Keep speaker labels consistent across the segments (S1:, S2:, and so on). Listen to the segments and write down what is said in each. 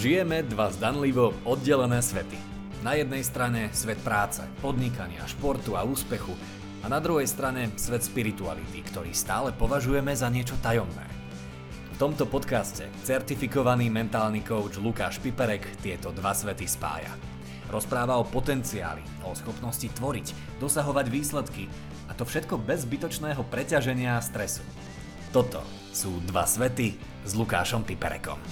S1: Žijeme dva zdanlivo oddelené svety. Na jednej strane svet práce, podnikania, športu a úspechu a na druhej strane svet spirituality, ktorý stále považujeme za niečo tajomné. V tomto podcaste certifikovaný mentálny coach Lukáš Piperek tieto dva svety spája. Rozpráva o potenciáli, o schopnosti tvoriť, dosahovať výsledky a to všetko bez zbytočného preťaženia a stresu. Toto sú dva svety s Lukášom Piperekom.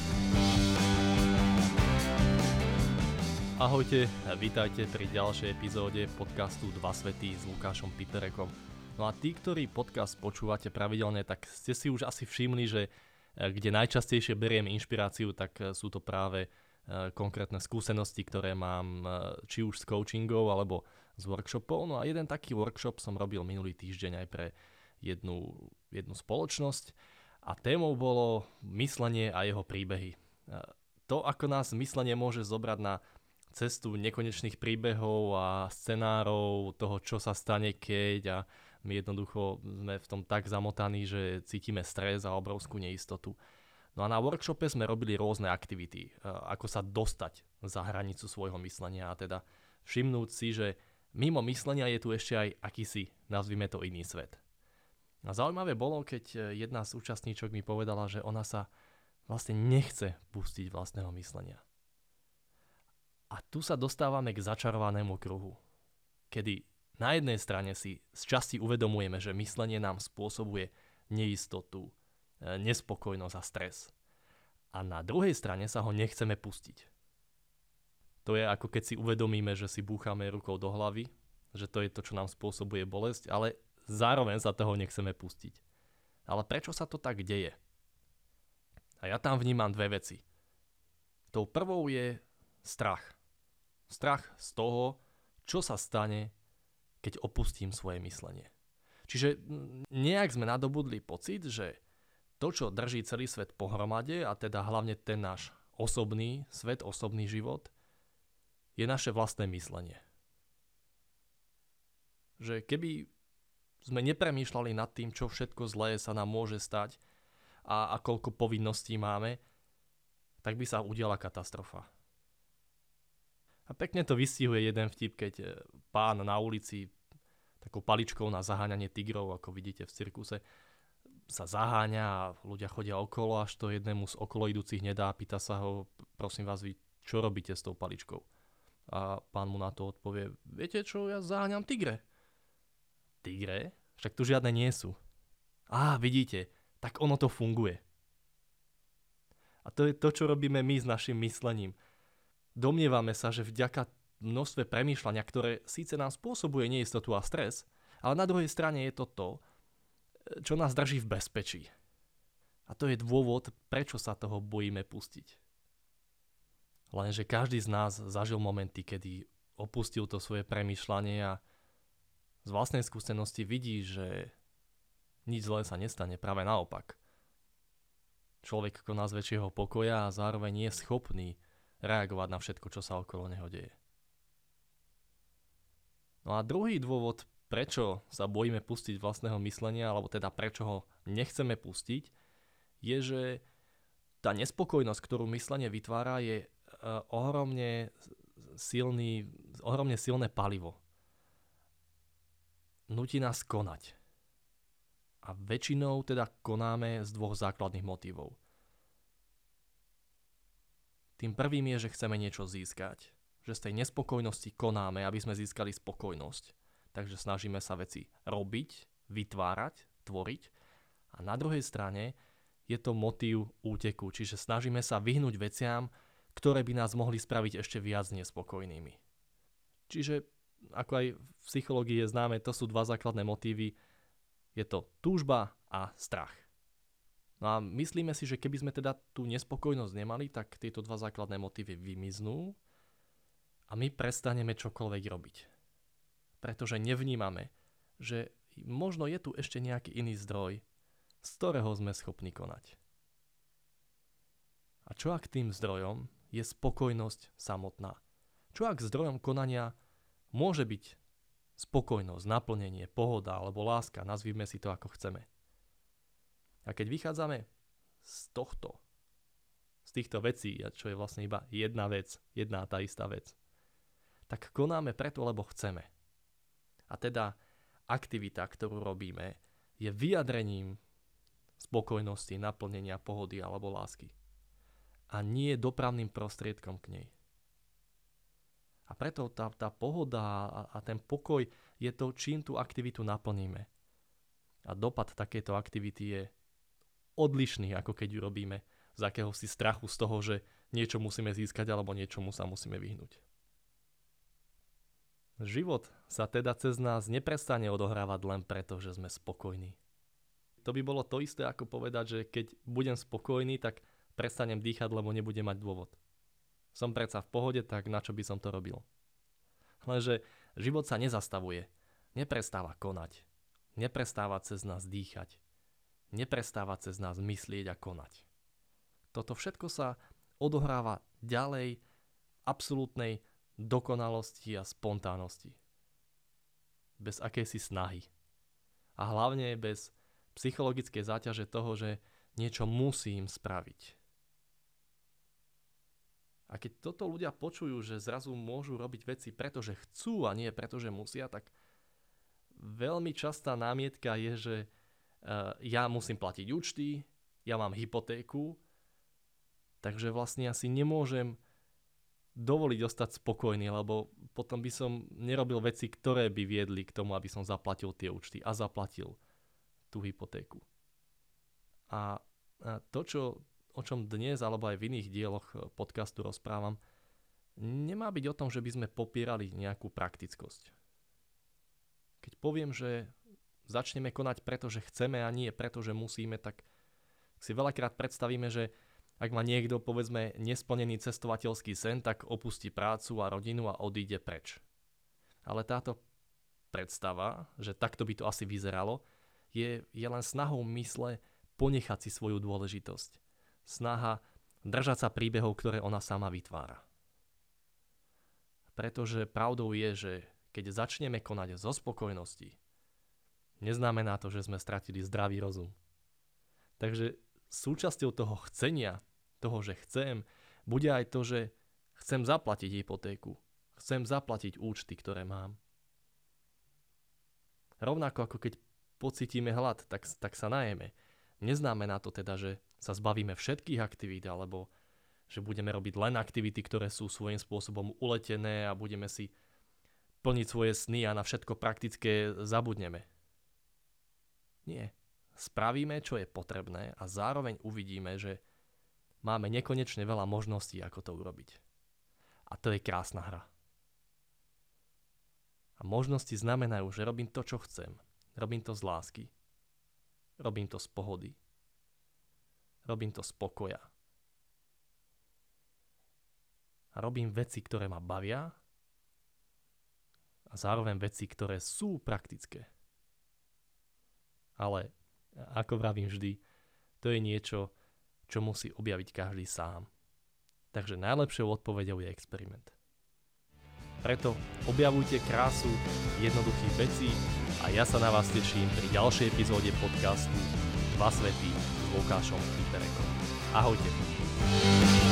S2: Ahojte, vítajte pri ďalšej epizóde podcastu Dva svety s Lukášom Piperekom. No a tí, ktorí podcast počúvate pravidelne, tak ste si už asi všimli, že kde najčastejšie beriem inšpiráciu, tak sú to práve konkrétne skúsenosti, ktoré mám či už s coachingov alebo z workshopov. No a jeden taký workshop som robil minulý týždeň aj pre jednu spoločnosť a témou bolo myslenie a jeho príbehy. To, ako nás myslenie môže zobrať na cestu nekonečných príbehov a scenárov toho, čo sa stane keď, a my jednoducho sme v tom tak zamotaní, že cítime stres a obrovskú neistotu. No a na workshope sme robili rôzne aktivity, ako sa dostať za hranicu svojho myslenia a teda všimnúť si, že mimo myslenia je tu ešte aj akýsi, nazvime to, iný svet. A zaujímavé bolo, keď jedna z účastníčok mi povedala, že ona sa vlastne nechce pustiť vlastného myslenia. A tu sa dostávame k začarovanému kruhu, kedy na jednej strane si z časti uvedomujeme, že myslenie nám spôsobuje neistotu, nespokojnosť a stres. A na druhej strane sa ho nechceme pustiť. To je ako keď si uvedomíme, že si búchame rukou do hlavy, že to je to, čo nám spôsobuje bolesť, ale zároveň sa toho nechceme pustiť. Ale prečo sa to tak deje? A ja tam vnímam dve veci. Tou prvou je strach. Strach z toho, čo sa stane, keď opustím svoje myslenie. Čiže nejak sme nadobudli pocit, že to, čo drží celý svet pohromade, a teda hlavne ten náš osobný svet, osobný život, je naše vlastné myslenie. Že keby sme nepremýšľali nad tým, čo všetko zlé sa nám môže stať a koľko povinností máme, tak by sa udiala katastrofa. A pekne to vystihuje jeden vtip, keď pán na ulici takou paličkou na zaháňanie tigrov, ako vidíte v cirkuse, sa zaháňa a ľudia chodia okolo, až to jednému z okolo idúcich nedá a pýta sa ho: prosím vás, vy čo robíte s tou paličkou? A pán mu na to odpovie: viete čo, ja zaháňam tigre. Tigre? Však tu žiadne nie sú. Vidíte, tak ono to funguje. A to je to, čo robíme my s našim myslením. Domnievame sa, že vďaka množstve premýšľania, ktoré síce nám spôsobuje neistotu a stres, ale na druhej strane je to to, čo nás drží v bezpečí. A to je dôvod, prečo sa toho bojíme pustiť. Lenže každý z nás zažil momenty, kedy opustil to svoje premýšľanie a z vlastnej skúsenosti vidí, že nič zlé sa nestane, práve naopak. Človek koná z väčšieho pokoja a zároveň je schopný reagovať na všetko, čo sa okolo neho deje. No a druhý dôvod, prečo sa bojíme pustiť vlastného myslenia, alebo teda prečo ho nechceme pustiť, je, že tá nespokojnosť, ktorú myslenie vytvára, je ohromne silné palivo. Nutí nás konať. A väčšinou teda konáme z dvoch základných motívov. Tým prvým je, že chceme niečo získať. Že z tej nespokojnosti konáme, aby sme získali spokojnosť. Takže snažíme sa veci robiť, vytvárať, tvoriť. A na druhej strane je to motív úteku. Čiže snažíme sa vyhnúť veciam, ktoré by nás mohli spraviť ešte viac nespokojnými. Čiže, ako aj v psychológii je známe, to sú dva základné motívy. Je to túžba a strach. No a myslíme si, že keby sme teda tú nespokojnosť nemali, tak tieto dva základné motívy vymiznú a my prestaneme čokoľvek robiť. Pretože nevnímame, že možno je tu ešte nejaký iný zdroj, z ktorého sme schopní konať. A čo ak tým zdrojom je spokojnosť samotná? Čo ak zdrojom konania môže byť spokojnosť, naplnenie, pohoda alebo láska, nazvime si to ako chceme. A keď vychádzame z tohto, z týchto vecí, čo je vlastne iba jedna vec, jedna tá istá vec, tak konáme preto, lebo chceme. A teda aktivita, ktorú robíme, je vyjadrením spokojnosti, naplnenia, pohody alebo lásky. A nie dopravným prostriedkom k nej. A preto tá pohoda a ten pokoj je to, čím tú aktivitu naplníme. A dopad takéto aktivity je odlišný, ako keď ju robíme z akéhosi strachu z toho, že niečo musíme získať alebo niečomu sa musíme vyhnúť. Život sa teda cez nás neprestane odohrávať len preto, že sme spokojní. To by bolo to isté, ako povedať, že keď budem spokojný, tak prestanem dýchať, lebo nebudem mať dôvod. Som predsa v pohode, tak na čo by som to robil? Lenže život sa nezastavuje, neprestáva konať, neprestáva cez nás dýchať, neprestáva cez nás myslieť a konať. Toto všetko sa odohráva ďalej absolútnej dokonalosti a spontánnosti. Bez akejsi snahy. A hlavne bez psychologickej záťaže toho, že niečo musím spraviť. A keď toto ľudia počujú, že zrazu môžu robiť veci pretože chcú a nie pretože musia, tak veľmi častá námietka je, že ja musím platiť účty, ja mám hypotéku, takže vlastne asi nemôžem dovoliť ostať spokojný, lebo potom by som nerobil veci, ktoré by viedli k tomu, aby som zaplatil tie účty a zaplatil tú hypotéku. A to, o čom dnes alebo aj v iných dieloch podcastu rozprávam, nemá byť o tom, že by sme popierali nejakú praktickosť. Keď poviem, že začneme konať preto, že chceme a nie preto, že musíme, tak si veľakrát predstavíme, že ak má niekto, povedzme, nesplnený cestovateľský sen, tak opustí prácu a rodinu a odíde preč. Ale táto predstava, že takto by to asi vyzeralo, je len snahou mysle ponechať si svoju dôležitosť. Snaha držať sa príbehov, ktoré ona sama vytvára. Pretože pravdou je, že keď začneme konať zo spokojnosti, neznamená to, že sme stratili zdravý rozum. Takže súčasťou toho chcenia, toho, že chcem, bude aj to, že chcem zaplatiť hypotéku. Chcem zaplatiť účty, ktoré mám. Rovnako ako keď pocítime hlad, tak sa najeme. Neznamená to teda, že sa zbavíme všetkých aktivít, alebo že budeme robiť len aktivity, ktoré sú svojím spôsobom uletené a budeme si plniť svoje sny a na všetko praktické zabudneme. Nie. Spravíme, čo je potrebné a zároveň uvidíme, že máme nekonečne veľa možností, ako to urobiť. A to je krásna hra. A možnosti znamenajú, že robím to, čo chcem. Robím to z lásky. Robím to z pohody. Robím to z pokoja. A robím veci, ktoré ma bavia a zároveň veci, ktoré sú praktické. Ale ako vravím vždy, to je niečo, čo musí objaviť každý sám. Takže najlepšou odpoveďou je experiment. Preto objavujte krásu jednoduchých vecí a ja sa na vás teším pri ďalšej epizóde podcastu Dva svety s Lukášom Piperekom. Ahojte.